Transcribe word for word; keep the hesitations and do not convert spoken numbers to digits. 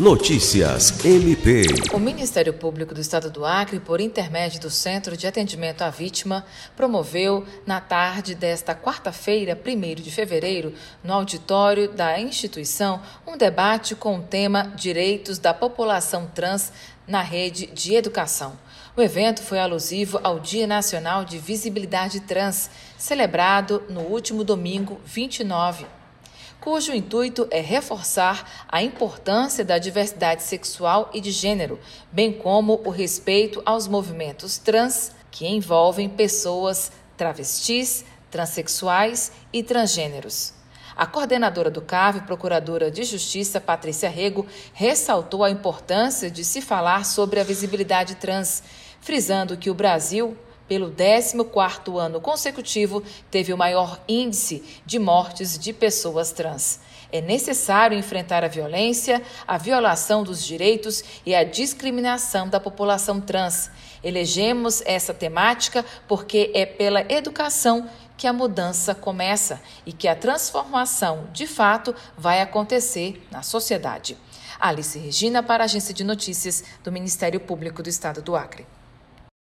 Notícias M P. O Ministério Público do Estado do Acre, por intermédio do Centro de Atendimento à Vítima, promoveu, na tarde desta quarta-feira, primeiro de fevereiro, no auditório da instituição, um debate com o tema Direitos da População Trans na Rede de Educação. O evento foi alusivo ao Dia Nacional de Visibilidade Trans, celebrado no último domingo, vinte e nove, cujo intuito é reforçar a importância da diversidade sexual e de gênero, bem como o respeito aos movimentos trans, que envolvem pessoas travestis, transexuais e transgêneros. A coordenadora do C A V, Procuradora de Justiça, Patrícia Rego, ressaltou a importância de se falar sobre a visibilidade trans, frisando que o Brasil, pelo décimo quarto ano consecutivo, teve o maior índice de mortes de pessoas trans. É necessário enfrentar a violência, a violação dos direitos e a discriminação da população trans. Elegemos essa temática porque é pela educação que a mudança começa e que a transformação, de fato, vai acontecer na sociedade. Alice Regina, para a Agência de Notícias do Ministério Público do Estado do Acre.